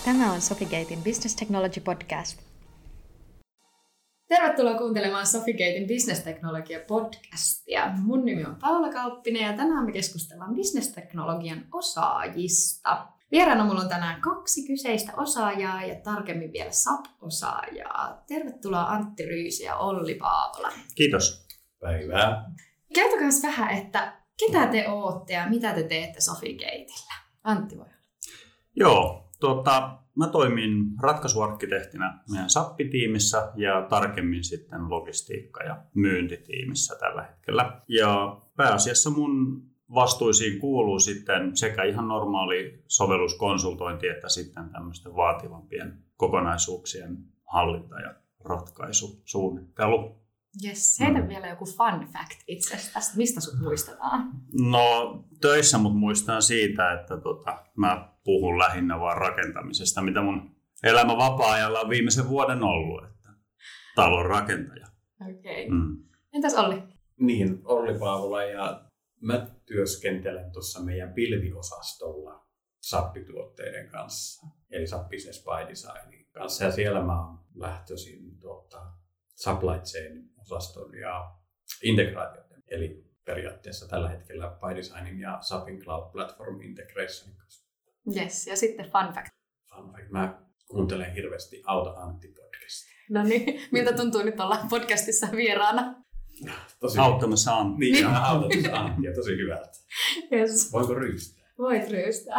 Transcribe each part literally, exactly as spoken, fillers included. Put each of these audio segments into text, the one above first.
Tämä on Sofigatein Business Technology Podcast. Tervetuloa kuuntelemaan Sofigatein Business Technology Podcastia. Mun nimi on Paula Kauppinen ja tänään me keskustellaan business-teknologian osaajista. Vieraana mulla on tänään kaksi kyseistä osaajaa ja tarkemmin vielä S A P-osaajaa. Tervetuloa Antti Ryysy ja Olli Paavola. Kiitos. Päivää. Kertokaa vähän, että ketä te ootte ja mitä te teette Sofigateillä? Antti voi. Joo, tuota, mä toimin ratkaisuarkkitehtinä meidän S A P-tiimissä ja tarkemmin sitten logistiikka- ja myyntitiimissä tällä hetkellä. Ja pääasiassa mun vastuisiin kuuluu sitten sekä ihan normaali sovelluskonsultointi että sitten tämmöisten vaativampien kokonaisuuksien hallinta ja ratkaisusuunnittelu. Jes, heitä mm. vielä joku fun fact itsestäsi. Mistä sut muistetaan? No töissä mut muistan siitä, että tota, mä puhun lähinnä vaan rakentamisesta, mitä mun elämä vapaa-ajalla on viimeisen vuoden ollut, että talon rakentaja. Okei. Okay. Mm. Entäs Olli? Niin, Olli Paavola ja mä työskentelen tuossa meidän pilviosastolla S A P-tuotteiden kanssa, eli S A P Business by Designin kanssa. Ja siellä mä oon lähtöisin tuota, supply chain osaston ja integraatioiden, eli periaatteessa tällä hetkellä by Designin ja S A Pin Cloud Platform Integrationin kanssa. Yes, ja sitten fun fact. Fun fact. Mä kuuntelen hirveästi Auta Antti-podcastia. No niin, miltä tuntuu nyt olla podcastissa vieraana? Tosi auttamassa Antti. Niin, niin. auttamassa Anttia, tosi hyvältä. Yes. Voinko ryystää? Voit ryystää.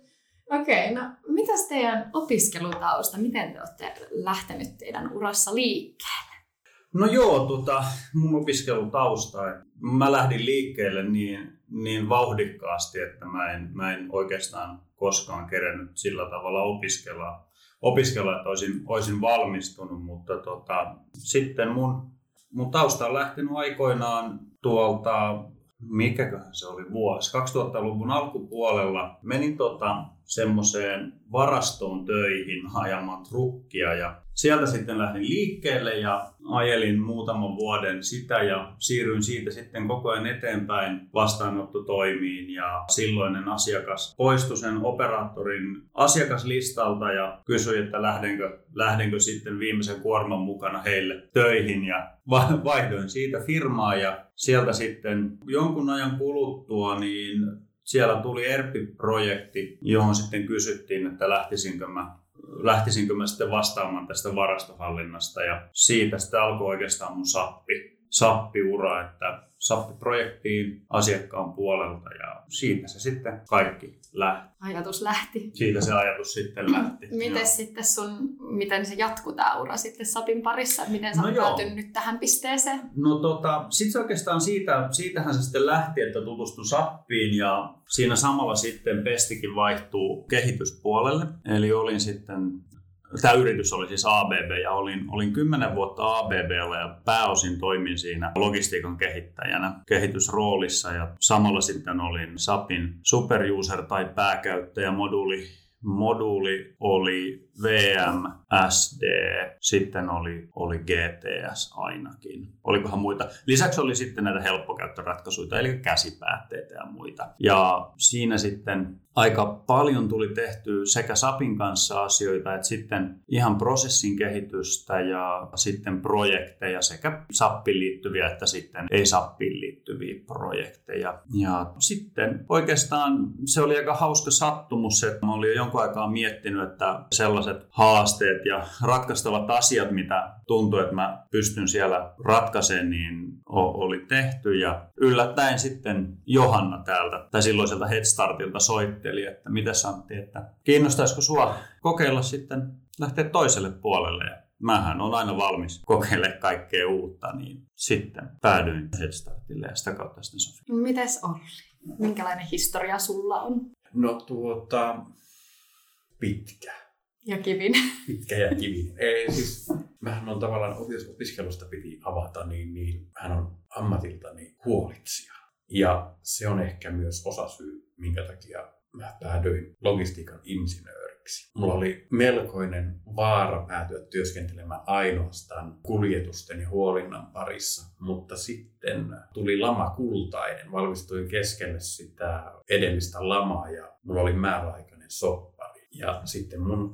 Okei, okay, no mitäs teidän opiskelutausta? Miten te olette lähtenyt teidän urassa liikkeelle? No joo, tota, mun opiskelutausta. Mä lähdin liikkeelle niin, niin vauhdikkaasti, että mä en, mä en oikeastaan koskaan kerennyt sillä tavalla opiskella, opiskella että olisin, olisin valmistunut, mutta tota, sitten mun, mun tausta on lähtenyt aikoinaan tuolta, mikäköhän se oli vuosi, kaksituhattaluvun alkupuolella. Menin tota, semmoiseen varastoon töihin ajamaan trukkia ja sieltä sitten lähdin liikkeelle ja ajelin muutaman vuoden sitä ja siirryin siitä sitten koko ajan eteenpäin vastaanottotoimiin ja silloinen asiakas poistui sen operaattorin asiakaslistalta ja kysyi, että lähdenkö, lähdenkö sitten viimeisen kuorman mukana heille töihin ja vaihdoin siitä firmaa ja sieltä sitten jonkun ajan kuluttua niin siellä tuli E R P-projekti, johon sitten kysyttiin, että lähtisinkö mä, lähtisinkö mä sitten vastaamaan tästä varastohallinnasta. Ja siitä sitten alkoi oikeastaan mun sappi, sappiura, että sappiprojektiin asiakkaan puolelta ja siitä se sitten kaikki lähti. Ajatus lähti. Siitä se ajatus sitten lähti. Miten sitten sun, miten se jatkuu tää ura sitten S A Pin parissa? Miten sä oot no päätynyt nyt tähän pisteeseen? No tota, sit se oikeastaan siitä, siitähän se sitten lähti, että tutustui S A Piin ja siinä samalla sitten pestikin vaihtuu kehityspuolelle. Eli olin sitten, tämä yritys oli siis A B B ja olin, olin kymmenen vuotta A B B:llä ja pääosin toimin siinä logistiikan kehittäjänä kehitysroolissa ja samalla sitten olin S A Pin superuser tai pääkäyttäjä moduuli. Moduuli oli V M, S D, sitten oli, oli G T S ainakin. Olikohan muita? Lisäksi oli sitten näitä helppokäyttöratkaisuja, eli käsipäätteitä ja muita. Ja siinä sitten aika paljon tuli tehtyä sekä S A Pin kanssa asioita, että sitten ihan prosessin kehitystä ja sitten projekteja, sekä S A Piin liittyviä että sitten ei S A Piin liittyviä projekteja. Ja sitten oikeastaan se oli aika hauska sattumus, että mä olin jo jonkun aikaa miettinyt, että sellaiset haasteet ja ratkaistavat asiat, mitä tuntui, että mä pystyn siellä ratkaisemaan, niin oli tehty. Ja yllättäen sitten Johanna täältä, tai silloiselta Headstartilta soitteli, että mitä Antti, että kiinnostaisiko sua kokeilla sitten lähteä toiselle puolelle. Ja mähän on aina valmis kokeilemaan kaikkea uutta, niin sitten päädyin Headstartille ja sitä kautta sitten Sofi. Mites Olli? Minkälainen historia sulla on? No tuota, pitkä. Ja kivinen. Pitkä ja kivinen. Ei, siis, mähän on tavallaan opiskelusta piti avata, niin, niin hän on ammatiltani huolitsija. Ja se on ehkä myös osasyy, minkä takia mä päädyin logistiikan insinööriksi. Mulla oli melkoinen vaara päätyä työskentelemään ainoastaan kuljetusten ja huolinnan parissa, mutta sitten tuli lama kultainen. Valmistuin keskelle sitä edellistä lamaa ja mulla oli määräaikainen soppari. Ja sitten mun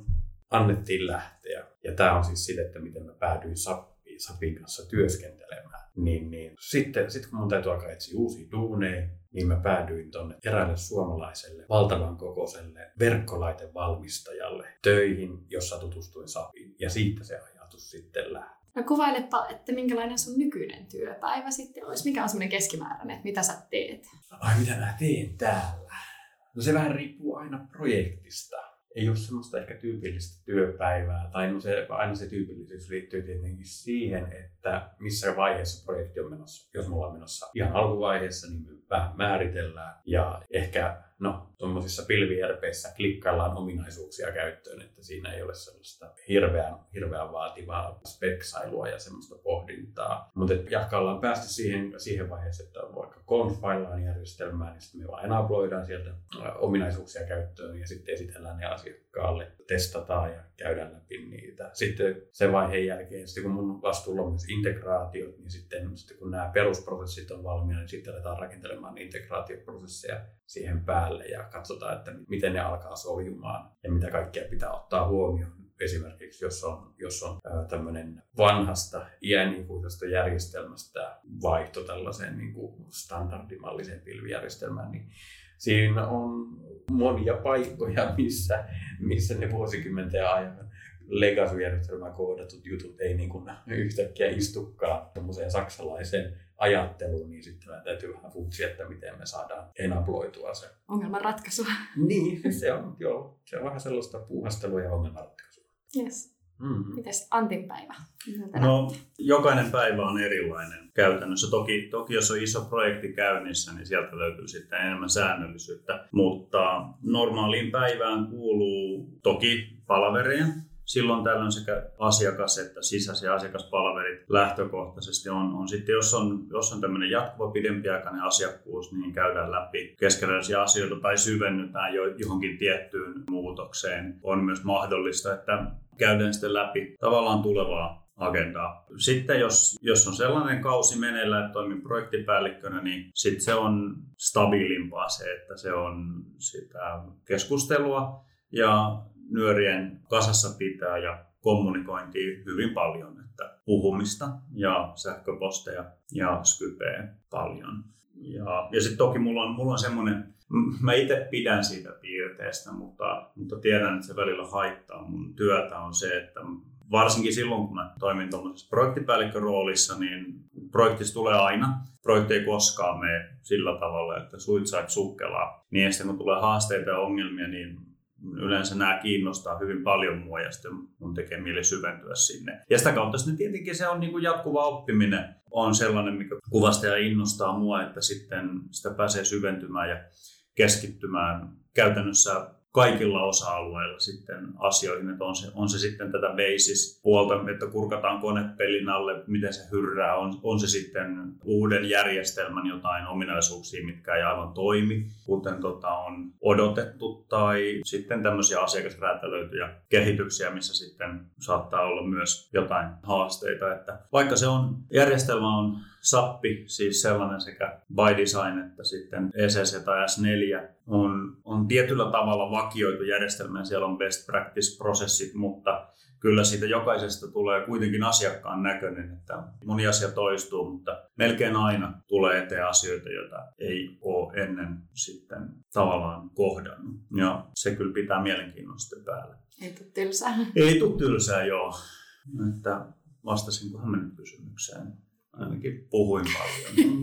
annettiin lähteä. Ja tämä on siis sitä, että miten mä päädyin Sappiin, Sapin kanssa työskentelemään. Niin, niin. Sitten sit kun mun täytyy alkaa etsiä uusia duuneja, niin mä päädyin tuonne eräälle suomalaiselle valtavan kokoiselle verkkolaitevalmistajalle töihin, jossa tutustuin Sapiin. Ja siitä se ajatus sitten lähti. No kuvailepa, että minkälainen sun nykyinen työpäivä sitten olisi. Mikä on semmoinen keskimääräinen, että mitä sä teet? Ai mitä mä teen täällä? No se vähän riippuu aina projektista. Ei ole semmoista ehkä tyypillistä työpäivää, tai no se, aina se tyypillisyys liittyy tietenkin siihen, että missä vaiheessa projekti on menossa. Jos me ollaan menossa ihan alkuvaiheessa, niin me vähän määritellään, ja ehkä no, tuommoisissa pilvi-erpeissä klikkaillaan ominaisuuksia käyttöön, että siinä ei ole sellaista hirveän, hirveän vaativaa speksailua ja semmoista pohdintaa. Mutta jahka ollaan päästy siihen, siihen vaiheeseen, että vaikka konfaillaan järjestelmään, niin sitten me vaan enabloidaan sieltä ominaisuuksia käyttöön ja sitten esitellään ne asiakkaalle, testataan ja käydään läpi niitä. Sitten sen vaiheen jälkeen, sitten kun mun vastuulla on myös integraatiot, niin sitten, sitten kun nämä perusprosessit on valmiina, niin sitten aletaan rakentelemaan integraatioprosesseja siihen päälle ja katsotaan, että miten ne alkaa sovimaan ja mitä kaikkea pitää ottaa huomioon. Esimerkiksi jos on, jos on tämmöinen vanhasta iänikuisesta järjestelmästä vaihto tällaiseen niin kuin standardimalliseen pilvijärjestelmään, niin siinä on monia paikkoja, missä, missä ne vuosikymmenten ajan legacy-järjestelmään koodatut jutut ei niin kuin yhtäkkiä istukaan semmoiseen saksalaiseen ajatteluun, niin sitten mä täytyy vähän futsia, että miten me saadaan enabloitua se. Ongelman ratkaisua. Niin, se on, joo, se on vähän sellaista puuhastelua ja ongelmanratkaisua. Yes. Mm-hmm. Mites Antin päivä? No, jokainen päivä on erilainen käytännössä. Toki, toki jos on iso projekti käynnissä, niin sieltä löytyy sitten enemmän säännöllisyyttä. Mutta normaaliin päivään kuuluu toki palavereja. Silloin tällöin sekä asiakas- että sisäisiä asiakaspalverit lähtökohtaisesti on, on sitten, jos on, jos on tämmöinen jatkuva pidempiaikainen asiakkuus, niin käydään läpi keskeneräisiä asioita tai syvennytään jo, johonkin tiettyyn muutokseen. On myös mahdollista, että käydään sitten läpi tavallaan tulevaa agendaa. Sitten jos, jos on sellainen kausi meneillään, että toimin projektipäällikkönä, niin sitten se on stabiilimpaa se, että se on sitä keskustelua ja nyörien kasassa pitää ja kommunikointia hyvin paljon, että puhumista ja sähköposteja ja Skypeä paljon. Ja, ja sitten toki mulla on, mulla on semmoinen, mä itse pidän siitä piirteestä, mutta, mutta tiedän, että se välillä haittaa mun työtä on se, että varsinkin silloin, kun mä toimin tuollaisessa projektipäällikköroolissa, niin projektista tulee aina. Projekti ei koskaan mene sillä tavalla, että suitsaat sukkelaa. Niin ja sitten kun tulee haasteita ja ongelmia, niin yleensä nämä kiinnostaa hyvin paljon mua ja sitten mun tekee mieli syventyä sinne. Ja sitä kautta sitten tietenkin se on niin kuin jatkuva oppiminen on sellainen, mikä kuvastaa ja innostaa mua, että sitten sitä pääsee syventymään ja keskittymään käytännössä kaikilla osa-alueilla sitten asioihin, että on se, on se sitten tätä basis-puolta, että kurkataan konepelin alle, miten se hyrrää, on, on se sitten uuden järjestelmän jotain ominaisuuksia, mitkä ei aivan toimi, kuten tota on odotettu, tai sitten tämmöisiä asiakasräätälöityjä kehityksiä, missä sitten saattaa olla myös jotain haasteita, että vaikka se on, järjestelmä on Sappi, siis sellainen sekä by design että sitten E C C tai S neljä on, on tietyllä tavalla vakioitu järjestelmä ja siellä on best practice-prosessit, mutta kyllä siitä jokaisesta tulee kuitenkin asiakkaan näköinen, että moni asia toistuu, mutta melkein aina tulee eteen asioita, joita ei ole ennen sitten tavallaan kohdannut. Ja se kyllä pitää mielenkiinnosta päällä. Ei tule tylsää. Ei tule tylsää, joo. Että vastasinkohan mä nyt kysymykseen. Ainakin puhuin paljon.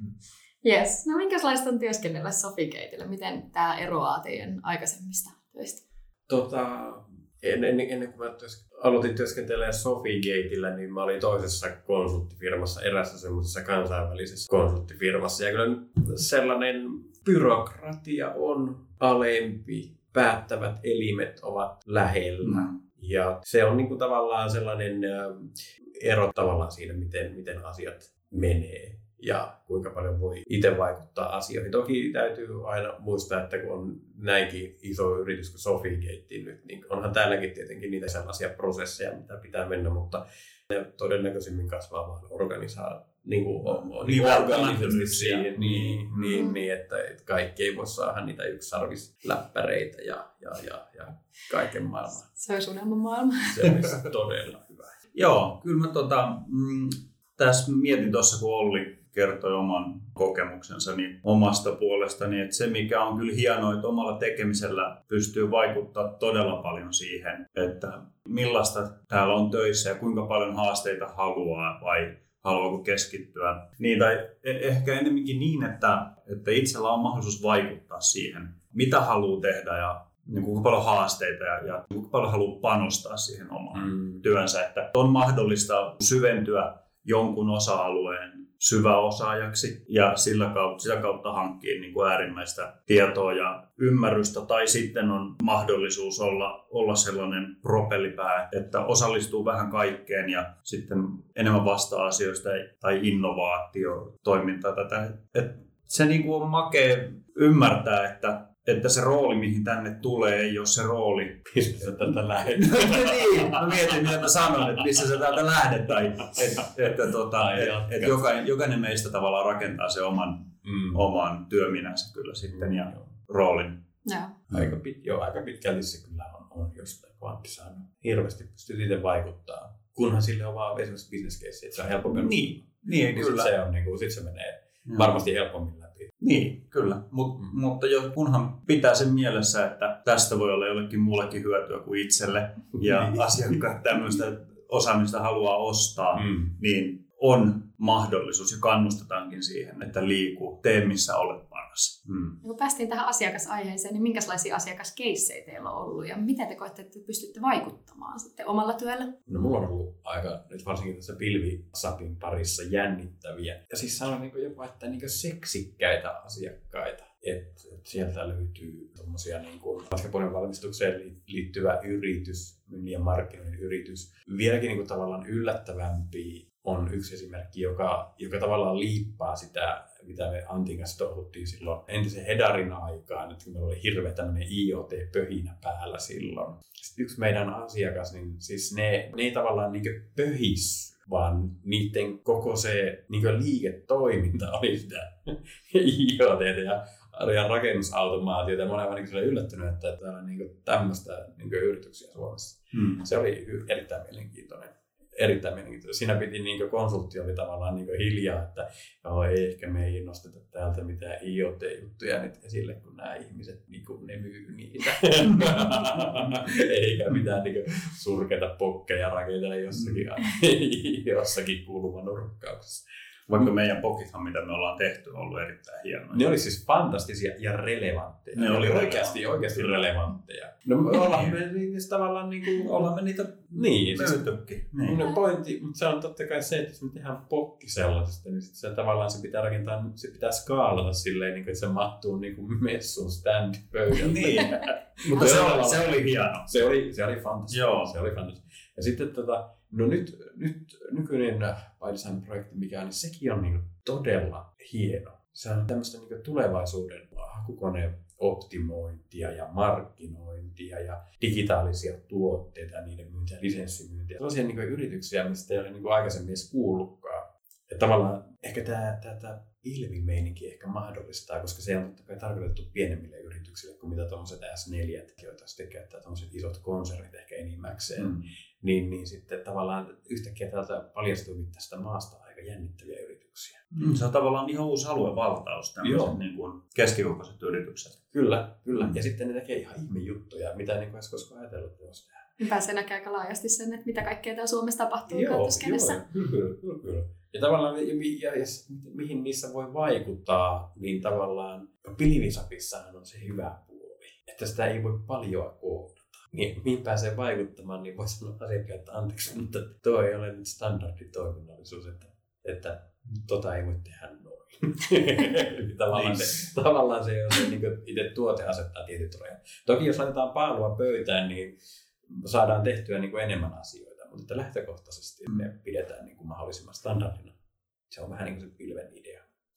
Yes. No minkälaista on työskennellä Sofigateillä? Miten tämä eroaa teidän aikaisemmista töistä? Tota, ennen, ennen kuin mä työsk- aloitin työskentelemään Sofigateillä, niin mä olin toisessa konsulttifirmassa, erässä semmoisessa kansainvälisessä konsulttifirmassa. Ja kyllä sellainen byrokratia on alempi, päättävät elimet ovat lähellä. Mm. Ja se on niinku tavallaan sellainen ero tavallaan siinä, miten, miten asiat menee ja kuinka paljon voi itse vaikuttaa asioihin. Toki täytyy aina muistaa, että kun on näinkin iso yritys kuin Sofigate nyt, niin onhan täälläkin tietenkin niitä sellaisia prosesseja, mitä pitää mennä, mutta ne todennäköisimmin kasvaa vaan organisa- niin kuin, on, on, niin organisesti siihen, niin, niin, mm. niin, niin että, että kaikki ei voi saada niitä yksisarvisläppäreitä ja, ja, ja, ja kaiken maailman. Se olisi unelman maailma. Se olisi todella hyvä. Joo, kyllä mä tota, mm, tässä mietin tuossa, kun Olli kertoi oman kokemuksensa niin omasta puolestani, että se mikä on kyllä hienoa, että omalla tekemisellä pystyy vaikuttaa todella paljon siihen, että millaista täällä on töissä ja kuinka paljon haasteita haluaa vai haluaako keskittyä. Niin, tai ehkä enemmänkin niin, että, että itsellä on mahdollisuus vaikuttaa siihen, mitä haluaa tehdä ja niin kuinka paljon haasteita ja, ja kuinka paljon haluaa panostaa siihen omaan mm. työnsä. Että on mahdollista syventyä jonkun osa-alueen syväosaajaksi ja sillä kautta, sitä kautta hankkia niin kuin äärimmäistä tietoa ja ymmärrystä. Tai sitten on mahdollisuus olla, olla sellainen propellipää, että osallistuu vähän kaikkeen ja sitten enemmän vastaa asioista tai innovaatiotoimintaa. Tätä. Et se niin kuin on makea ymmärtää, että että se rooli, mihin tänne tulee, ei ole se rooli. Missä sä täältä lähdet? Niin, mä mietin, mitä mä sanon, että missä sä täältä lähdet. Tai, että, että, tota, et, et jokainen, jokainen meistä tavallaan rakentaa se oman, mm. oman työminänsä kyllä sitten ja roolin. Joo. Aika, pit, joo, aika pitkälti se kyllä on, on jostain kvanttisaanut. Hirveästi pystyy itse vaikuttaa, kunhan sille on vaan esimerkiksi business case, että se on helppo perustaa. Niin, niin, niin kyllä. Sit se on, niin kuin, sit se menee ja. varmasti helpommin läpi. Niin, kyllä. Mut, mm. Mutta jo, kunhan pitää sen mielessä, että tästä voi olla jollekin muullekin hyötyä kuin itselle ja asiakkaat tämmöistä osaamista haluaa ostaa, mm. niin on mahdollisuus ja kannustetaankin siihen, että liiku, tee missä olet paras. Mm. Kun päästiin tähän asiakasaiheeseen, niin minkälaisia asiakaskeissejä teillä on ollut ja miten te koette, että pystytte vaikuttamaan sitten omalla työllä? No mulla on ollut aika, nyt varsinkin tässä pilvisapin parissa jännittäviä ja siis sanon niin jopa, että niin seksikkäitä asiakkaita. Että et sieltä löytyy tommosia niin kuin Maskeponin valmistukseen liittyvä yritys, myynnin ja markkinoinnin yritys. Vieläkin niin kuin tavallaan yllättävämpi on yksi esimerkki, joka, joka tavallaan liippaa sitä, mitä me Antin kanssa touhuttiin silloin entisen Hedarin aikaan, että kun meillä oli hirveä tämmöinen I O T-pöhinä päällä silloin. Sitten yksi meidän asiakas, niin siis ne, ne ei tavallaan niin kuin pöhis, vaan niiden koko se niin kuin liiketoiminta oli sitä I O T:tä ja ja rakennusautomaatiota. Mä olen aivan niin yllättynyt, että täällä on niin tämmöistä niin yrityksiä Suomessa. Hmm. Se oli erittäin mielenkiintoinen. Erittäin mielenkiintoinen. Siinä piti niin konsultti oli tavallaan niin hiljaa, että joo, ei ehkä me ei nosteta täältä mitään I O T-juttuja nyt esille, kun nämä ihmiset niin ne myy niitä. Eikä mitään niin surkeita pokkeja rakentaa jossakin, jossakin kulmanurkkauksessa. Vaikka meidän pokithan, mitä me ollaan tehty, on ollut erittäin hienoja. Ne oli siis fantastisia ja relevantteja. Ne oli oikeasti, oikeasti relevantteja. No me ollaan me niissä tavallaan niin kuin... Ollaan me niitä niin, löytykin. Niin. No pointti, mutta se on totta kai se, että jos me tehdään pokki sellaisesta, niin sit se tavallaan se pitää rakentaa, se pitää skaalata silleen, niin kuin, että se mahtuu niin kuin messun stand-pöydälle. Niin, mutta se, oli, se oli hieno. Se oli, se oli fantastista. Joo. Se oli fantastista. Ja sitten tota, no nyt, nyt nykyinen ByDesign-projekti, mikä on, niin sekin on niin todella hieno. Se on tämmöistä niin tulevaisuuden hakukoneoptimointia ja markkinointia ja digitaalisia tuotteita ja niiden myyntiä, lisenssimyyntiä. Sellaisia niin yrityksiä, mistä ei ole niin aikaisemmin edes kuullutkaan. Ja tavallaan ehkä tämä, tämä pilvimeininki ehkä mahdollistaa, koska se on totta kai tarkoitettu pienemmille yrityksille kuin mitä tuommoiset S neljä, joita sitten käyttää tuommoiset isot konsernit ehkä enimmäkseen. Mm. Niin, niin sitten tavallaan yhtäkkiä täältä paljastui tästä maasta aika jännittäviä yrityksiä. Mm, se on tavallaan ihan uusi aluevaltaus, tämmöiset niin kuin keskikokoiset yritykset. Kyllä, kyllä. Mm. Ja sitten ne tekee ihan ihmejuttuja, mitä en edes koskaan ajatellut, että voisi tehdä. Pääsee näkemään aika laajasti sen, että mitä kaikkea täällä Suomessa tapahtuu joo, kautta joo, kyllä, kyllä, kyllä. Ja tavallaan, ja, ja, ja mihin niissä voi vaikuttaa, niin tavallaan pilvisapissahan on se hyvä puoli, että sitä ei voi paljon koodata. Niin, mihin pääsee vaikuttamaan, niin voi sanoa asiakkaan, että anteeksi, mutta tuo ei ole nyt standarditoiminnallisuus, että, että tota ei voi tehdä noin. tavallaan, se, tavallaan se on se, niin kuin itse tuote asettaa tietyt rajat. Toki jos laitetaan paalua pöytään, niin saadaan tehtyä niin kuin enemmän asioita, mutta että lähtökohtaisesti ne pidetään niin kuin mahdollisimman standardina. Se on vähän niin kuin se pilven idea.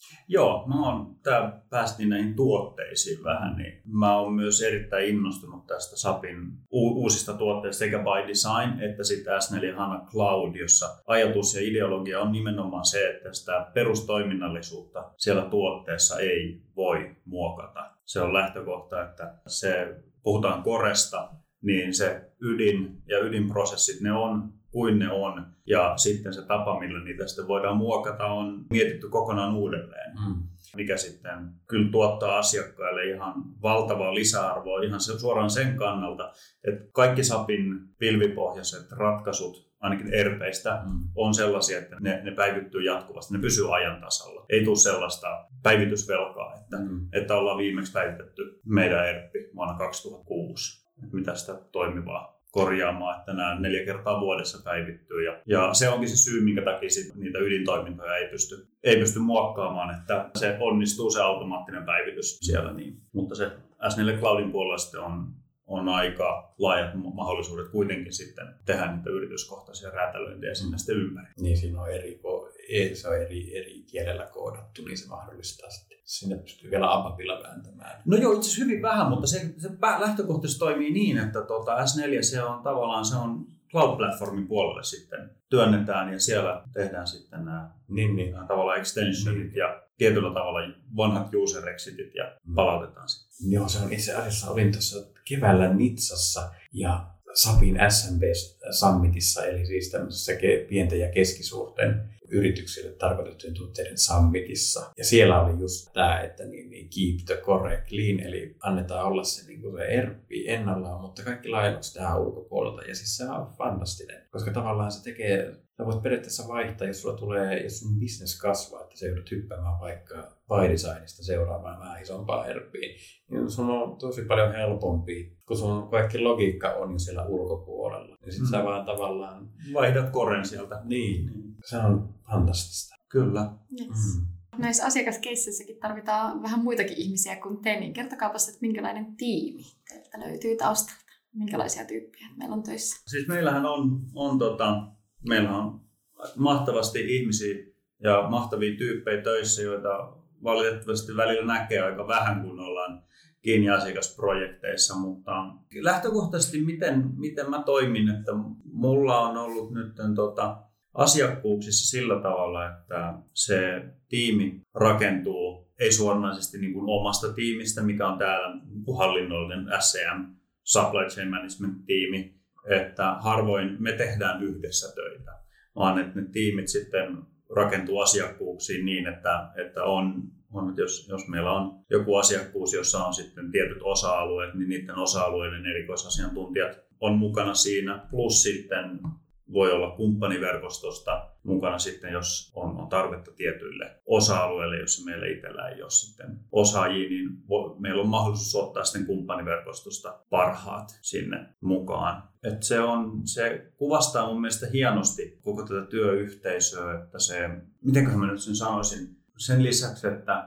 Joo, mä oon, tää päästiin näihin tuotteisiin vähän, niin mä oon myös erittäin innostunut tästä SAPin u- uusista tuotteista sekä by design että sitten S neljä HANA Cloud, jossa ajatus ja ideologia on nimenomaan se, että sitä perustoiminnallisuutta siellä tuotteessa ei voi muokata. Se on lähtökohta, että se, puhutaan Coresta, niin se ydin ja ydinprosessit, ne on kuin ne on. Ja sitten se tapa, millä niitä sitten voidaan muokata, on mietitty kokonaan uudelleen. Mm. Mikä sitten kyllä tuottaa asiakkaille ihan valtavaa lisäarvoa ihan suoraan sen kannalta, että kaikki SAPin pilvipohjaiset ratkaisut, ainakin E R P:istä, mm. on sellaisia, että ne, ne päivittyy jatkuvasti, ne pysyy ajan tasalla. Ei tule sellaista päivitysvelkaa, että, mm. että ollaan viimeksi päivitetty meidän E R P vuonna kaksituhattakuusi. Mitä sitä toimivaa korjaamaan, että nämä neljä kertaa vuodessa päivittyy. Ja, ja se onkin se syy, minkä takia sit niitä ydintoimintoja ei pysty, ei pysty muokkaamaan, että se onnistuu se automaattinen päivitys siellä. Niin. Mutta se S neljä Cloudin puolella sitten on, on aika laajat mahdollisuudet kuitenkin sitten tehdä niitä yrityskohtaisia räätälöintejä sinne sitten ympäri. Niin siinä on eri, se on eri, eri kielellä koodattu, niin se mahdollistaa sitten. Sinne pystyy vielä ABAPilla vääntämään. No joo, itse asiassa hyvin vähän, mutta se, se lähtökohtaisesti toimii niin, että tuota, S neljä se on tavallaan se on cloud-platformin puolelle sitten työnnetään ja siellä tehdään sitten nämä niin, niin. tavallaan extensionit niin. ja tietyllä tavalla vanhat user exitit ja mm. palautetaan sitten. Joo, se on itse asiassa, olin tuossa keväällä Nitsassa ja SAPin S M B Summitissa, eli siis tämmöisessä pienten ja keskisuurten yrityksille tarkoitettujen tuotteiden summitissa. Ja siellä oli just tämä, että niin, niin keep the core clean, eli annetaan olla se, niin kuin se E R P ennallaan, mutta kaikki laajennukset tähän ulkopuolelta. Ja siis se on fantastinen, koska tavallaan se tekee, sä voit periaatteessa vaihtaa, jos sulla tulee, jos sun business kasvaa, että sä joudut hyppäämään vaikka by designista seuraavaan vähän isompaan E R Piin, niin sun on tosi paljon helpompi, kun sun kaikki logiikka on jo siellä ulkopuolella. Ja sit mm. sä vaan tavallaan vaihdat koren sieltä. Niin, niin. Se on fantastista. Kyllä. Yes. Mm. Näissä asiakaskeississäkin tarvitaan vähän muitakin ihmisiä kuin te, niin kertokaapas, että minkälainen tiimi teiltä löytyy taustalta? Minkälaisia tyyppejä meillä on töissä? Siis meillähän on, on, tota, meillä on mahtavasti ihmisiä ja mahtavia tyyppejä töissä, joita valitettavasti välillä näkee aika vähän, kun ollaan kiinni asiakasprojekteissa, mutta lähtökohtaisesti miten, miten mä toimin, että mulla on ollut nyt tota, asiakkuuksissa sillä tavalla, että se tiimi rakentuu ei suoranaisesti niin kuin omasta tiimistä, mikä on täällä hallinnollinen S C M, Supply Chain Management-tiimi, että harvoin me tehdään yhdessä töitä, vaan että ne tiimit sitten rakentuu asiakkuuksiin niin, että, että on, on että jos, jos meillä on joku asiakkuus, jossa on sitten tietyt osa-alueet, niin niiden osa-alueiden erikoisasiantuntijat on mukana siinä, plus sitten voi olla kumppaniverkostosta mukana sitten, jos on, on tarvetta tietyille osa-alueille, jossa meillä itsellä ei ole sitten osaajia, niin vo, meillä on mahdollisuus ottaa sitten kumppaniverkostosta parhaat sinne mukaan. Et se, on, se kuvastaa mun mielestä hienosti koko tätä työyhteisöä, että se, mitenköhän mä nyt sen sanoisin, sen lisäksi, että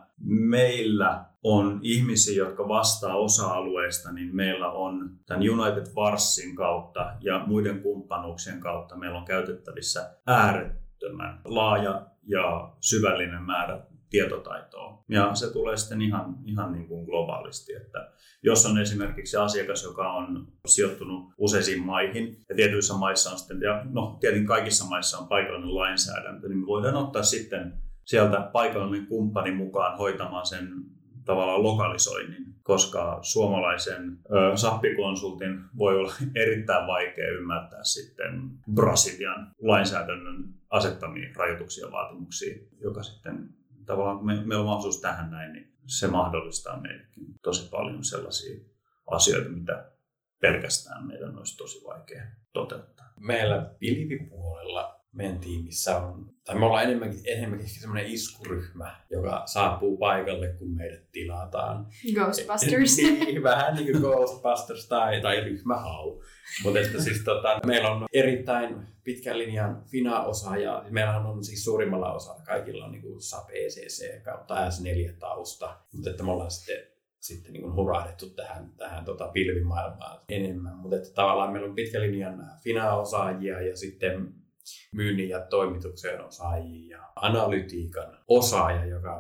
meillä on ihmisiä, jotka vastaa osa-alueista, niin meillä on tämän United Varsin kautta ja muiden kumppanuuksien kautta meillä on käytettävissä äärettömän laaja ja syvällinen määrä tietotaitoa. Ja se tulee sitten ihan, ihan niin kuin globaalisti, että jos on esimerkiksi asiakas, joka on sijoittunut useisiin maihin ja tietyissä maissa on sitten, ja no tietenkin kaikissa maissa on paikallinen lainsäädäntö, niin me voidaan ottaa sitten sieltä paikallinen kumppani mukaan hoitamaan sen tavallaan lokalisoinnin, koska suomalaisen ö, sappikonsultin voi olla erittäin vaikea ymmärtää sitten Brasilian lainsäädännön asettamia rajoituksia ja vaatimuksia, joka sitten tavallaan, me, meillä on mahdollisuus tähän näin, niin se mahdollistaa meillekin tosi paljon sellaisia asioita, mitä pelkästään meidän olisi tosi vaikea toteuttaa. Meillä pilvipuolella meidän tiimissä on, tai me ollaan enemmänkin, enemmänkin semmoinen iskuryhmä, joka saapuu paikalle, kun meidät tilataan. Ghostbusters. Niin, vähän niin kuin Ghostbusters tai, tai ryhmähau. Mutta että siis tota, meillä on erittäin pitkän linjan F I N A-osaaja. Meillä on siis suurimmalla osalla kaikilla on niin kuin SAP E C C kautta S neljä tausta. Mutta että me ollaan sitten sitten niin kuin hurahdettu tähän, tähän tota pilvimaailmaan enemmän. Mutta että tavallaan meillä on pitkän linjan F I N A-osaajia ja sitten myynnin ja toimituksen osaajia ja analytiikan osaaja, joka on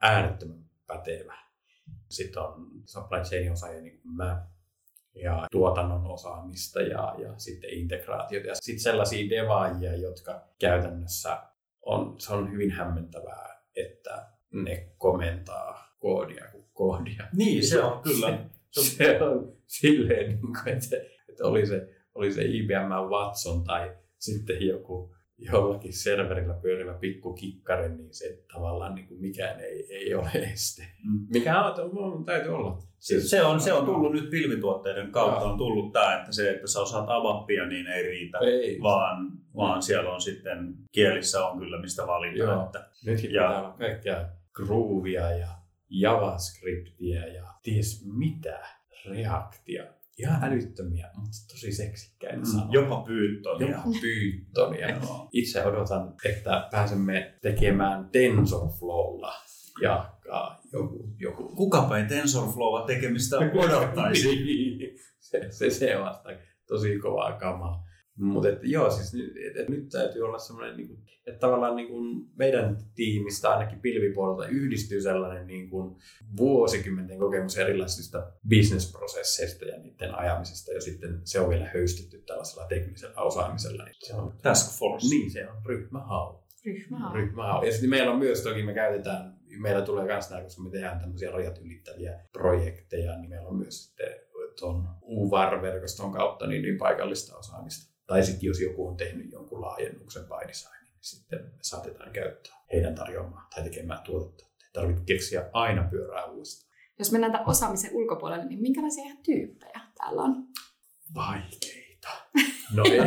äärettömän pätevä. Sitten on supply chain osaajia niin kuin mä ja tuotannon osaamista ja, ja sitten integraatiota. Ja sitten sellaisia devaajia, jotka käytännössä on, se on hyvin hämmentävää, että ne komentaa koodia kuin koodia. Niin, se on kyllä. Se, se on silleen, että, että oli, se, oli se I B M Watson tai sitten joku jollakin serverillä pyörivä pikku kikkari, niin se tavallaan niin kuin mikään ei, ei ole este. Mm. Mikä on, on, täytyy olla. Siis se, on, se on tullut nyt pilvituotteiden kautta, on tullut tämä, että se, että sä osaat avappia, niin ei riitä, ei. Vaan, vaan siellä on sitten, kielissä on kyllä mistä valita. Että, nytkin ja, pitää olla kaikkea Groovia ja JavaScriptia ja ties mitä, Reactia. Ihan älyttömiä, mutta tosi seksikkäitä mm, sanoja. Jopa Pythonia. Jopa Pythonia. Itse odotan, että pääsemme tekemään TensorFlowlla ja joku, joku. Kukapa ei TensorFlowlla tekemistä odottaisi. se, se, se on vasta tosi kovaa kamaa. Mutta joo, siis nyt, et, et nyt täytyy olla semmoinen, niinku, että tavallaan niinku meidän tiimistä ainakin pilvipuolelta yhdistyy sellainen niinku vuosikymmenten kokemus erilaisista bisnesprosesseista ja niiden ajamisesta, ja sitten se on vielä höystetty tällaisella teknisellä osaamisella. Niin se on task force. Niin, se on ryhmähau. Ryhmähau. Ryhmähau. Ja sitten meillä on myös, toki me käytetään, meillä tulee myös nämä, koska me tehdään tämmöisiä rajat ylittäviä projekteja, niin meillä on myös sitten tuon U V A R-verkoston kautta niin, niin paikallista osaamista. Tai sitten jos joku on tehnyt jonkun laajennuksen by design, niin sitten me saatetaan käyttää heidän tarjoamaan tai tekemään tuotetta. Ei tarvitse keksiä aina pyörää uudestaan. Jos mennään tämän osaamisen ulkopuolelle, niin minkälaisia ihan tyyppejä täällä on? Vaikeita. No ei,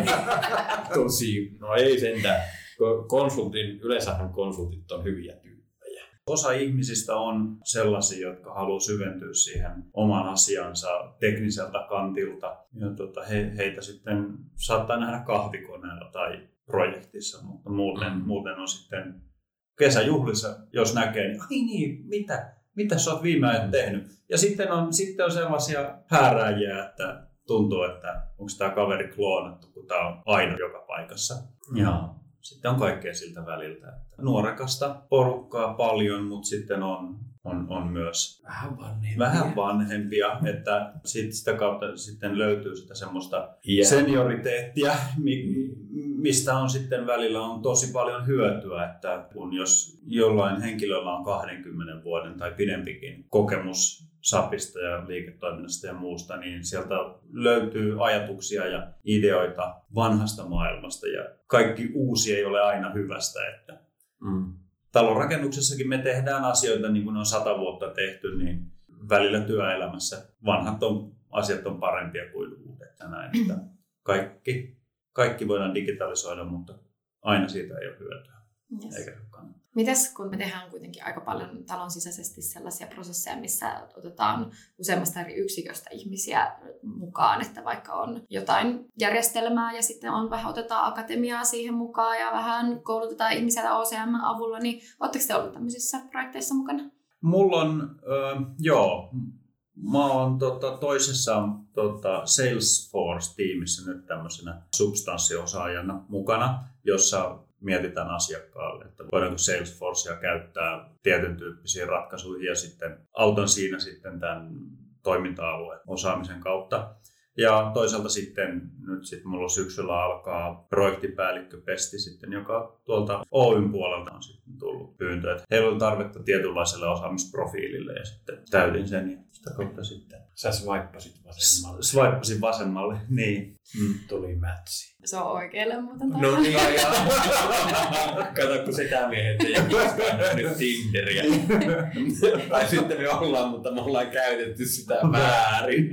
tosi, no ei sentään. Konsultin, yleensähän konsultit on hyviä tyyppejä. Osa ihmisistä on sellaisia, jotka haluaa syventyä siihen oman asiansa tekniseltä kantilta. Ja tota, he, heitä sitten saattaa nähdä kahvikoneella tai projektissa, mutta muuten, mm. muuten on sitten kesäjuhlissa, jos näkee, niin ai niin, mitä, mitä sä oot viime ajan tehnyt? Ja sitten on, sitten on sellaisia häärääjiä, että tuntuu, että onko tämä kaveri kloonattu, kun tämä on aina joka paikassa. Mm. Ja sitten on kaikkea siltä väliltä. Nuorekasta porukkaa paljon, mutta sitten on, on, on myös vähän vanhempia, vähän vanhempia että sit sitä kautta sitten löytyy sitä semmoista yeah. senioriteettia, mistä on sitten välillä on tosi paljon hyötyä, että kun jos jollain henkilöllä on kahdenkymmenen vuoden tai pidempikin kokemus sapista ja liiketoiminnasta ja muusta, niin sieltä löytyy ajatuksia ja ideoita vanhasta maailmasta ja kaikki uusi ei ole aina hyvästä. Että mm. talonrakennuksessakin me tehdään asioita niin kuin on sata vuotta tehty, niin välillä työelämässä vanhat on, asiat on parempia kuin uudet. Ja näin, että kaikki, kaikki voidaan digitalisoida, mutta aina siitä ei ole hyötyä. Yes. Eikä kannata. Mites kun me tehdään kuitenkin aika paljon talon sisäisesti sellaisia prosesseja, missä otetaan useammasta eri yksiköstä ihmisiä mukaan, että vaikka on jotain järjestelmää ja sitten on vähän otetaan akatemiaa siihen mukaan ja vähän koulutetaan ihmisiä O C M avulla, niin oletteko te ollut tämmöisissä projekteissa mukana? Mulla on, äh, joo, mä oon tota, toisessa tota, Salesforce-tiimissä nyt tämmöisenä substanssiosaajana mukana, jossa mietitään asiakkaalle, että voidaanko Salesforcea käyttää tietyn tyyppisiin ratkaisuihin ja sitten autan siinä sitten tämän toiminta-alueen osaamisen kautta. Ja toisaalta sitten nyt sitten mulla syksyllä alkaa projektipäällikkö Pesti sitten, joka tuolta Oyn puolelta on sitten tullut pyyntö, että heillä on tarvetta tietynlaiselle osaamisprofiilille ja sitten täydin sen ja sitä kautta sitten. Sä swippasit vasemmalle. Swippasin vasemmalle, niin. Mm. Tuli matchi. Se on oikealle muuten taas. No niin, kato kun sitä miehet ei ole koskaan nähnyt Tinderiä. Tai sitten me ollaan, mutta me ollaan käytetty sitä väärin.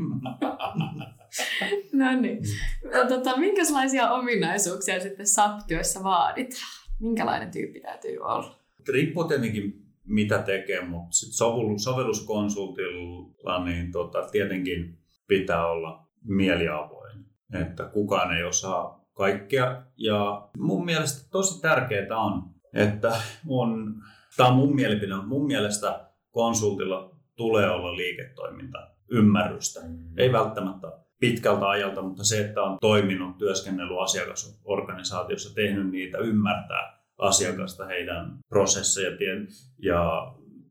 No niin. Tota, minkälaisia ominaisuuksia sitten S A P-työssä vaaditaan? Minkälainen tyyppi täytyy olla? Riippuu tietenkin mitä tekee, mutta sit sovelluskonsultilla niin tota, tietenkin pitää olla mieliavoin, että kukaan ei osaa kaikkea. Ja mun mielestä tosi tärkeää on, että on, tämä on mun mielipide, mun mielestä konsultilla tulee olla liiketoimintaymmärrystä. Mm. Ei välttämättä pitkältä ajalta, mutta se, että on toiminut, työskennellyt asiakasorganisaatiossa, tehnyt niitä, ymmärtää asiakasta, heidän prosesseja ja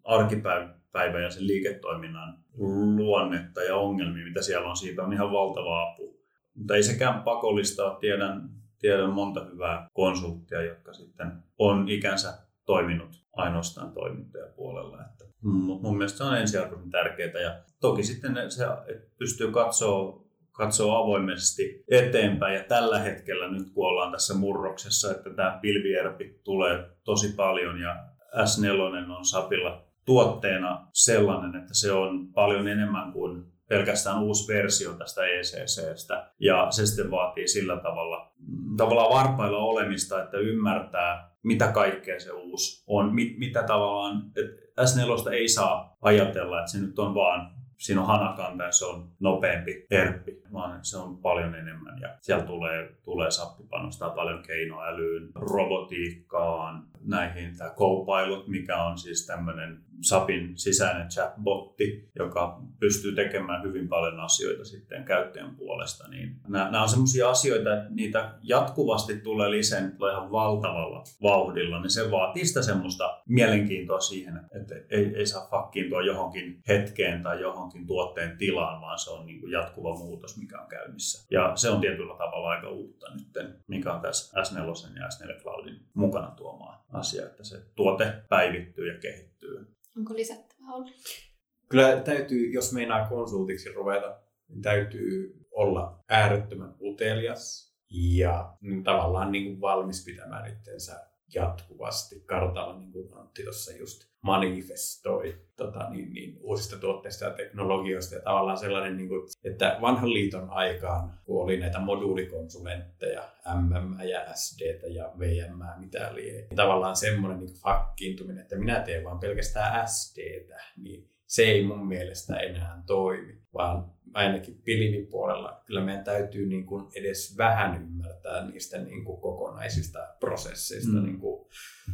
arkipäivän ja sen liiketoiminnan luonnetta ja ongelmia, mitä siellä on, siitä on ihan valtava apu. Mutta ei sekään pakollista. Tiedän, tiedän monta hyvää konsulttia, jotka sitten on ikänsä toiminut ainoastaan toimittajapuolella. Että mun mielestä se on ensiarvoisen tärkeää. Ja toki sitten se, että pystyy katsoa, katsoa avoimesti eteenpäin. Ja tällä hetkellä nyt kun ollaan tässä murroksessa, että tämä pilvierpi tulee tosi paljon ja S neljä on Sapilla tuotteena sellainen, että se on paljon enemmän kuin pelkästään uusi versio tästä E C C:stä. Ja se sitten vaatii sillä tavalla, tavallaan varpailla olemista, että ymmärtää, mitä kaikkea se uusi on. Mit, mitä tavallaan, että S neljä ei saa ajatella, että se nyt on vaan, siinä on hanakanta ja se on nopeampi erppi, vaan se on paljon enemmän. Ja siellä tulee, tulee Sappi panostaa paljon keinoälyyn, robotiikkaan, näihin tämä Copilot, mikä on siis tämmöinen Sapin sisäinen chatbotti, joka pystyy tekemään hyvin paljon asioita sitten käyttäjän puolesta. Niin nämä, nämä on sellaisia asioita, että niitä jatkuvasti tulee lisää, nyt tulee ihan valtavalla vauhdilla, niin se vaatii sitä semmoista mielenkiintoa siihen, että ei, ei saa fakkiintua johonkin hetkeen tai johonkin tuotteen tilaan, vaan se on niin kuin jatkuva muutos, mikä on käynnissä. Ja se on tietyllä tavalla aika uutta nyt, mikä on tässä S neljä ja S neljä Cloudin mukana tuomaan asia, että se tuote päivittyy ja kehittyy. Onko lisättävää ollut? Kyllä täytyy, jos meinaa konsultiksi ruveta, niin täytyy olla äärettömän utelias ja niin tavallaan niin kuin valmis pitämään itsensä jatkuvasti kartalla, niin kuin Antti tuossa just manifestoi tota, niin, niin, uusista tuotteista ja teknologioista. Ja tavallaan sellainen, niin kuin, että vanhan liiton aikaan, kun oli näitä moduulikonsulentteja, M M ja S D ja V M, mitä lie, niin tavallaan semmoinen niin kuin fakkiintuminen, että minä teen vaan pelkästään S D:tä, niin se ei mun mielestä enää toimi, vaan ainakin pilvipuolella kyllä meidän täytyy niin kuin edes vähän ymmärtää niistä niin kuin kokonaisista prosesseista, mm. niin kuin,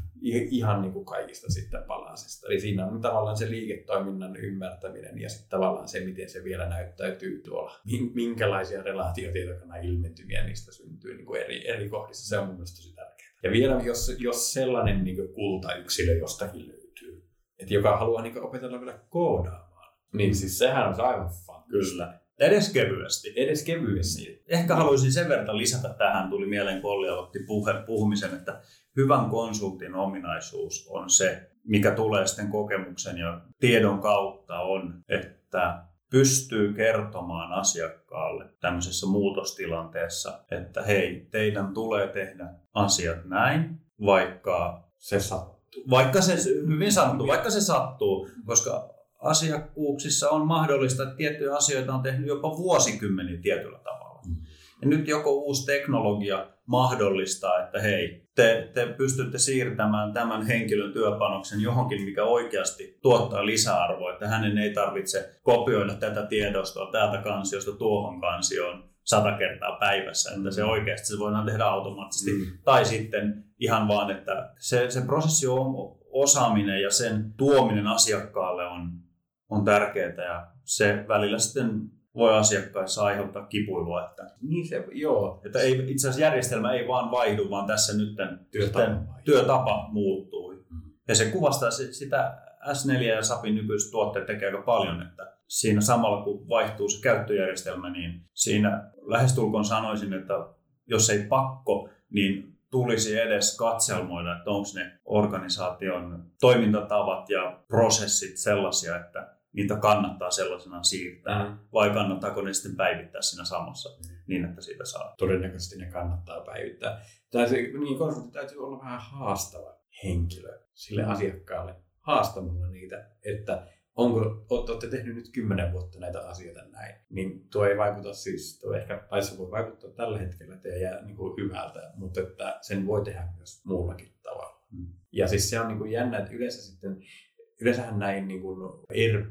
ihan niin kuin kaikista sitten palasista. Eli siinä on tavallaan se liiketoiminnan ymmärtäminen ja sitten tavallaan se, miten se vielä näyttäytyy tuolla. Minkälaisia relaatiotietokana ilmentymiä niistä syntyy niin kuin eri, eri kohdissa. Se on mun mielestä tosi tärkeää. Ja vielä jos, jos sellainen niin kuin kultayksilö jostakin löytyy, että joka haluaa niin kuin opetella vielä koodaamaan, niin siis sehän on aivan fantastista. Kyllä. Edes kevyesti. Edes kevyesti. Ehkä haluaisin sen verran lisätä tähän, tuli mieleen, kun Olli aloitti puhumisen, että hyvän konsultin ominaisuus on se, mikä tulee sitten kokemuksen ja tiedon kautta on, että pystyy kertomaan asiakkaalle tämmöisessä muutostilanteessa, että hei, teidän tulee tehdä asiat näin, vaikka se sattuu. Vaikka se hyvin sattuu, vaikka se sattuu, koska asiakkuuksissa on mahdollista, että tiettyjä asioita on tehnyt jopa vuosikymmeniä tietyllä tavalla. Mm. Ja nyt joko uusi teknologia mahdollistaa, että hei, te, te pystytte siirtämään tämän henkilön työpanoksen johonkin, mikä oikeasti tuottaa lisäarvoa, että hänen ei tarvitse kopioida tätä tiedostoa täältä kansiosta tuohon kansioon sata kertaa päivässä, että se oikeasti se voidaan tehdä automaattisesti. Mm. Tai sitten ihan vaan, että se, se prosessi on osaaminen ja sen tuominen asiakkaalle on, on tärkeää ja se välillä sitten voi asiakkaissa aiheuttaa kipuilua. Että, niin se, joo. Että ei, itse asiassa järjestelmä ei vaan vaihdu, vaan tässä nyt työtapa, työtapa muuttuu. Mm. Ja se kuvastaa sitä S neljä ja Sapin nykyiset tuotteet tekee aika paljon, että siinä samalla kun vaihtuu se käyttöjärjestelmä, niin siinä lähestulkoon sanoisin, että jos ei pakko, niin tulisi edes katselmoida, että onko ne organisaation toimintatavat ja prosessit sellaisia, että niitä kannattaa sellaisenaan siirtää, mm. vai kannattaako ne sitten päivittää siinä samassa mm. niin, että siitä saa. Todennäköisesti ne kannattaa päivittää. Tämä se, niin konsultti täytyy olla vähän haastava henkilö sille asiakkaalle haastamalla niitä, että onko, olette tehnyt nyt kymmenen vuotta näitä asioita näin, niin tuo ei vaikuta siis, tuo ehkä laissa voi vaikuttaa tällä hetkellä, että ei jää niin kuin hyvältä, mutta että sen voi tehdä myös muullakin tavalla. Mm. Ja siis se on niin kuin jännä, että yleensä sitten, yleensähän näin niin kuin E R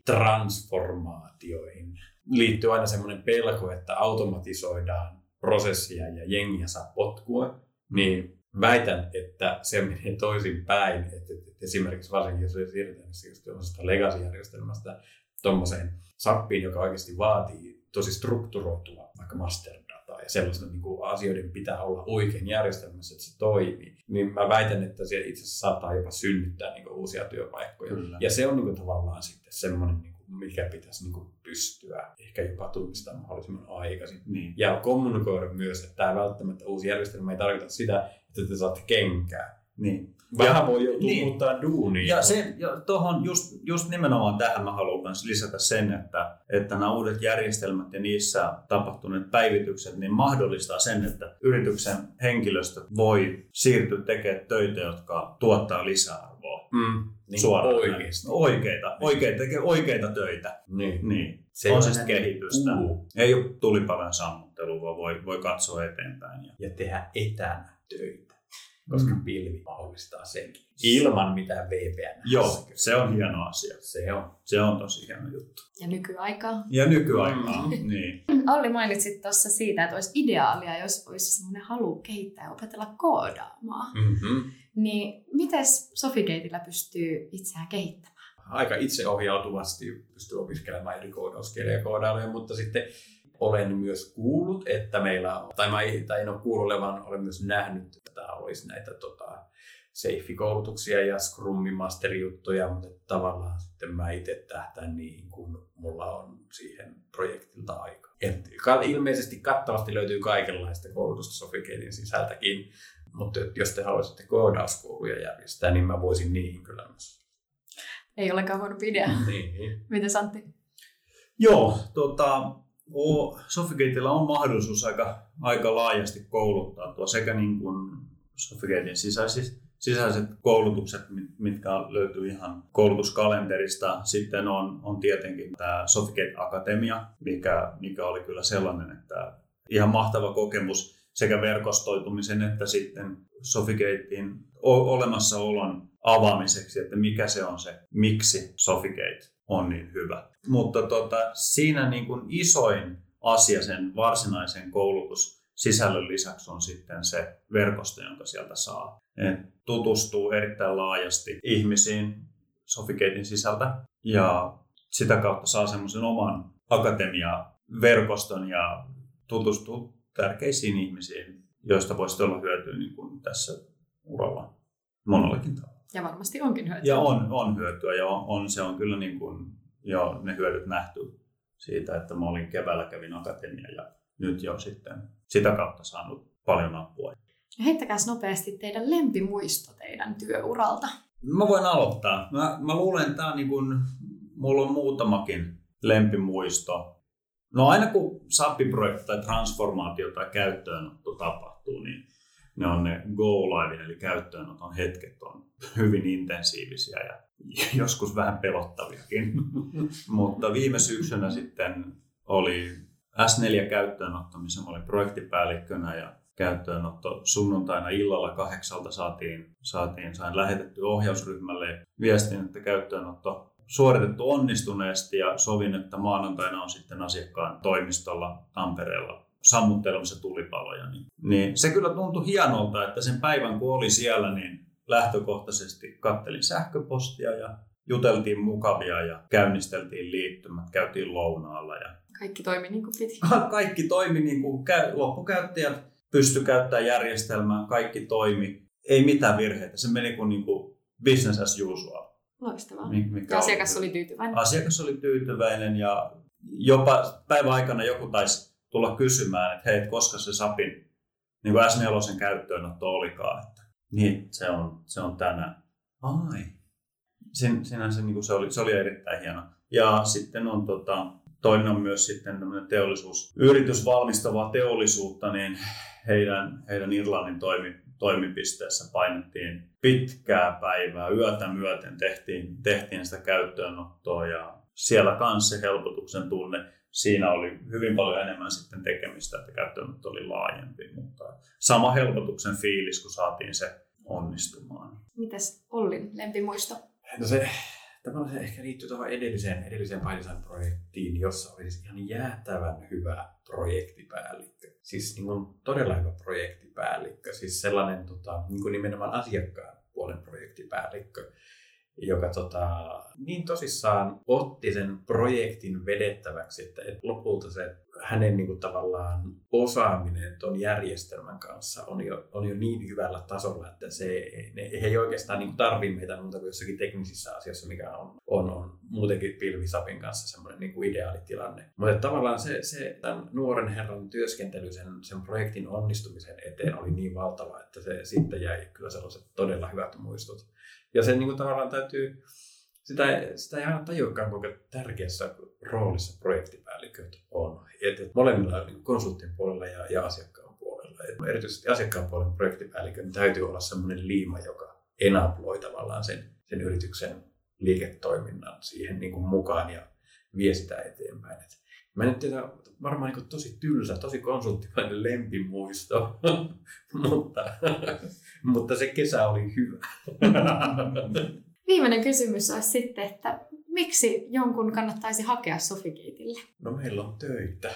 P-transformaatioihin liittyy aina semmoinen pelko, että automatisoidaan prosessia ja jengiä saa potkua, niin väitän, että se menee toisin päin, että, että esimerkiksi varsinkin jos siirrytään tuollaisesta legacy-järjestelmästä tuommoiseen sappiin, joka oikeasti vaatii tosi strukturoitua vaikka master-dataa sellaista niin kuin asioiden pitää olla oikein järjestelmässä, että se toimii, niin mä väitän, että se itse asiassa saattaa jopa synnyttää niin kuin uusia työpaikkoja. Kyllä. Ja se on niin kuin tavallaan sitten semmoinen, niin kuin, mikä pitäisi niin kuin pystyä ehkä jopa tunnistamaan mahdollisimman aikaisin. Niin. Ja kommunikoida myös, että tämä välttämättä uusi järjestelmä ei tarkoita sitä, että te saatte kenkää. Niin. Vähän ja, voi joutua niin. muuttaa duunia. Ja, se, ja tohon just, just nimenomaan tähän mä haluan myös lisätä sen, että, että nämä uudet järjestelmät ja niissä tapahtuneet päivitykset niin mahdollistaa sen, että yrityksen henkilöstö voi siirtyä tekemään töitä, jotka tuottaa lisäarvoa. Mm. Niin suoraan. Oikeasti. Oikeita, oikeita, tekee oikeita töitä. Niin. niin. Se on on siis kehitystä. Uu. Ei ole tulipalojen sammuttelua, vaan voi, voi katsoa eteenpäin. Ja, ja tehdä etänä töitä, koska mm. pilvi mahdollistaa sen ilman mitään V P N. Joo, se on hieno asia. Se on. Se on tosi hieno juttu. Ja nykyaikaa. Ja nykyaikaa, mm. niin. Olli mainitsit tuossa siitä, että olisi ideaalia, jos olisi semmoinen halu kehittää ja opetella koodaamaan. Mm-hmm. Niin miten Sofigatelillä pystyy itseään kehittämään? Aika itseohjautuvasti pystyy opiskelemaan eri koodauskieliä ja koodailuja, mutta sitten olen myös kuullut, että meillä, tai, mä, tai en ole kuullut, vaan olen myös nähnyt, että olisi näitä tota, Seifi-koulutuksia ja Scrumin masterijuttuja, mutta tavallaan sitten mä itse tähtään niihin, kun mulla on siihen projektilta aika. Et ilmeisesti kattavasti löytyy kaikenlaista koulutusta Sofigatelin sisältäkin, mutta jos te haluaisitte koodauskouluja järjestää, niin mä voisin niihin kyllä myös. Ei olekaan huono idea. Niin. Miten Antti? Joo, tota, Sofigatelilla on mahdollisuus aika, aika laajasti kouluttaa tuo sekä niin kuin Sofigatelin sisäiset, sisäiset koulutukset, mitkä löytyy ihan koulutuskalenterista. Sitten on, on tietenkin tämä Sofigate Akatemia, mikä, mikä oli kyllä sellainen, että ihan mahtava kokemus sekä verkostoitumisen että sitten Sofigatein olemassaolon avaamiseksi, että mikä se on se, miksi Sofigate on niin hyvä. Mutta tota, siinä niin kuin isoin asia sen varsinaisen koulutussisällön lisäksi on sitten se verkosto, jonka sieltä saa. Et tutustuu erittäin laajasti ihmisiin Sofigatein sisältä ja sitä kautta saa semmoisen oman akatemiaverkoston ja tutustuu tärkeisiin ihmisiin, joista voisi olla hyötyä niin kuin tässä uralla monellakin tavalla. Ja varmasti onkin hyötyä. Ja on, on hyötyä ja on, on, se on kyllä niin kuin jo ne hyödyt nähty siitä, että mä olin keväällä kävin akatemia ja nyt jo sitten sitä kautta saanut paljon apua. Heittäkääs nopeasti teidän lempimuisto teidän työuralta. Mä voin aloittaa. Mä, mä luulen, että tää on niin kuin, mulla on muutamakin lempimuisto. No aina kun S A P-projekti tai transformaatio tai käyttöönotto tapahtuu, niin ne on ne go live eli käyttöönoton hetket on hyvin intensiivisiä ja joskus vähän pelottaviakin. Mutta viime syksynä sitten oli S neljä käyttöönotto, missä mä olin projektipäällikkönä ja käyttöönotto sunnuntaina illalla kahdeksalta saatiin, saatiin sain lähetetty ohjausryhmälle viestin, että käyttöönotto suoritettu onnistuneesti ja sovin, että maanantaina on sitten asiakkaan toimistolla Tampereella sammuttelemassa tulipaloja. Niin, niin se kyllä tuntui hienolta, että sen päivän kun oli siellä, niin lähtökohtaisesti kattelin sähköpostia ja juteltiin mukavia ja käynnisteltiin liittymät, käytiin lounaalla. Ja kaikki toimi niin kuin piti. Kaikki toimi niin kuin loppukäyttäjät pysty käyttämään järjestelmää, kaikki toimi. Ei mitään virheitä, se meni kuin, niin kuin business as usual. Loistavaa. Mikä asiakas oli tyytyväinen. Asiakas oli tyytyväinen ja jopa päivän aikana joku taisi tulla kysymään, että hei, koska se S A Pin niin kuin S neljä käyttöönotto olikaan. Että, niin, se on, se on tänään. Ai. Sin, sinänsä niin kuin se, oli, se oli erittäin hieno. Ja sitten on tota, toinen on myös sitten tämmöinen teollisuus, yritys valmistavaa teollisuutta, niin heidän, heidän Irlannin toimi, toimipisteessä painettiin pitkää päivää, yötä myöten tehtiin, tehtiin sitä käyttöönottoa ja siellä kanssa se helpotuksen tunne. Siinä oli hyvin paljon enemmän sitten tekemistä, että käyttöönotto oli laajempi, mutta sama helpotuksen fiilis, kun saatiin se onnistumaan. Mitäs Ollin lempimuisto? No se, tämä se ehkä liittyy tuohon edelliseen, edelliseen Paidesign-projektiin, jossa oli siis ihan jäätävän hyvä projektipäällikkö. Siis niin kuin todella hyvä projektipäällikkö, siis sellainen tota, niin kuin nimenomaan asiakkaan puolen projektipäällikkö, joka tota, niin tosissaan otti sen projektin vedettäväksi, että et lopulta se hänen niin kuin tavallaan osaaminen tuon järjestelmän kanssa on jo, on jo niin hyvällä tasolla, että se, ne, he ei oikeastaan niin tarvitse meitä muuta kuin jossakin teknisissä asioissa, mikä on, on, on muutenkin pilvisapin kanssa semmoinen niin kuin ideaalitilanne. Mutta tavallaan se, se tämän nuoren herran työskentely sen, sen projektin onnistumisen eteen oli niin valtava, että se sitten jäi kyllä sellaiset todella hyvät muistut. Ja sen niin kuin tavallaan täytyy... Sitä, sitä ei aina tajuakaan, kuinka tärkeässä roolissa projektipäälliköt on. Et molemmilla niin konsultin puolella ja, ja asiakkaan puolella. Et erityisesti asiakkaan puolen projektipäällikön täytyy olla sellainen liima, joka enabloi tavallaan sen, sen yrityksen liiketoiminnan siihen niin kuin mukaan ja vie sitä eteenpäin. Et mä en tiedä, varmaan niin kuin tosi tylsä, tosi konsulttilainen lempimuisto, mutta, mutta se kesä oli hyvä. Viimeinen kysymys olisi sitten, että miksi jonkun kannattaisi hakea Sofigateille? No meillä on töitä.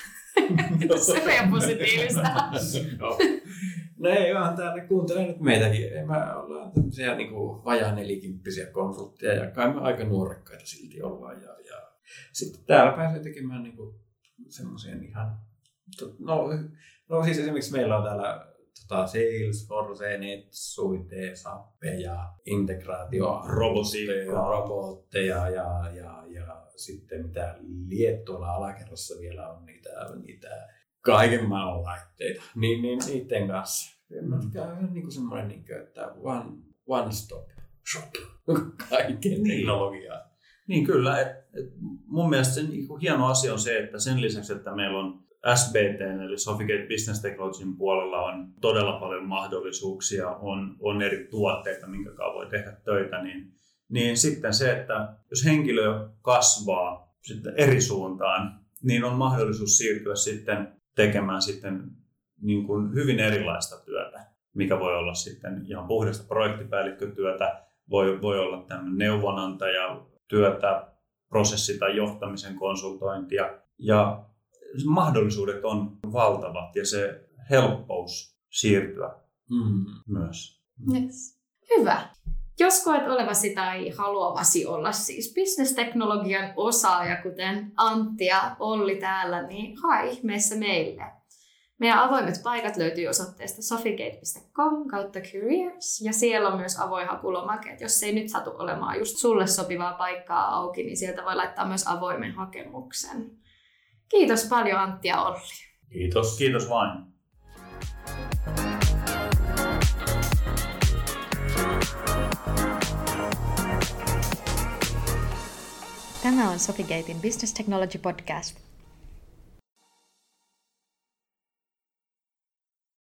Se on positiivista. No, no ei vaan täällä kuuntele nyt meitäkin. Ei mä ollaan tämmöisiä niin kuin vajaa nelikymppisiä konsultteja ja kai me aika nuorekkaita silti ollaan. Ja, ja sitten täällä pääsee tekemään niin kuin semmoisia ihan... No, no siis esimerkiksi meillä on täällä Tota, Salesforce, NetSuite, Sappeja, integraatio, robotiikkaa, robotteja ja, ja, ja sitten mitä Liettualla alakerrassa vielä on niitä, niitä kaiken maailman laitteita, niin, niin niiden kanssa. Tämä on niin kuin semmoinen, niin kuin, että one, one stop shop kaiken teknologiaa. Niin kyllä, et, et mun mielestä se niin kuin hieno asia on se, että sen lisäksi, että meillä on S B T eli Sofigate Business Technologyn puolella on todella paljon mahdollisuuksia, on, on eri tuotteita, minkä kanssa voi tehdä töitä, niin, niin sitten se, että jos henkilö kasvaa sitten eri suuntaan, niin on mahdollisuus siirtyä sitten tekemään sitten niin kuin hyvin erilaista työtä, mikä voi olla sitten ihan puhdasta projektipäällikkötyötä, voi, voi olla tämmöinen neuvonantaja, työtä, prosessi- tai johtamisen konsultointia ja mahdollisuudet on valtavat ja se helppous siirtyä mm. myös. Yes. Hyvä. Jos koet olevasi tai haluavasi olla siis business-teknologian osaaja, kuten Antti ja Olli täällä, niin hae ihmeessä meille. Meidän avoimet paikat löytyy osoitteesta sofigate piste com kautta careers ja siellä on myös avoin hakulomake. Et jos ei nyt satu olemaan just sulle sopivaa paikkaa auki, niin sieltä voi laittaa myös avoimen hakemuksen. Kiitos paljon Antti ja Olli. Kiitos. Kiitos vain. Tämä on Sofigatein Business Technology Podcast.